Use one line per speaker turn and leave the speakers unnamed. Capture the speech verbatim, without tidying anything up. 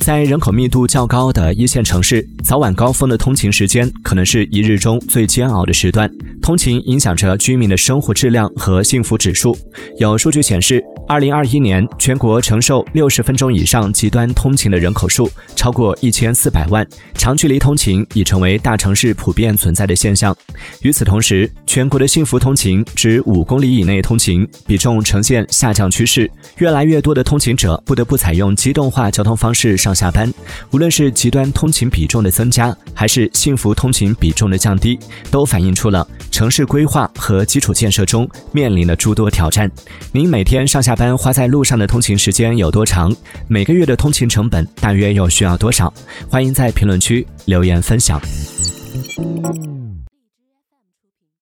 在人口密度较高的一线城市，早晚高峰的通勤时间可能是一日中最煎熬的时段。通勤影响着居民的生活质量和幸福指数。有数据显示，二零二一年全国承受六十分钟以上极端通勤的人口数超过一千四百万，长距离通勤已成为大城市普遍存在的现象。与此同时，全国的幸福通勤指五公里以内通勤比重呈现下降趋势，越来越多的通勤者不得不采用机动化交通方式上下班。无论是极端通勤比重的增加，还是幸福通勤比重的降低，都反映出了城市规划和基础建设中面临的诸多挑战。您每天上下班花在路上的通勤时间有多长？每个月的通勤成本大约又需要多少？欢迎在评论区留言分享。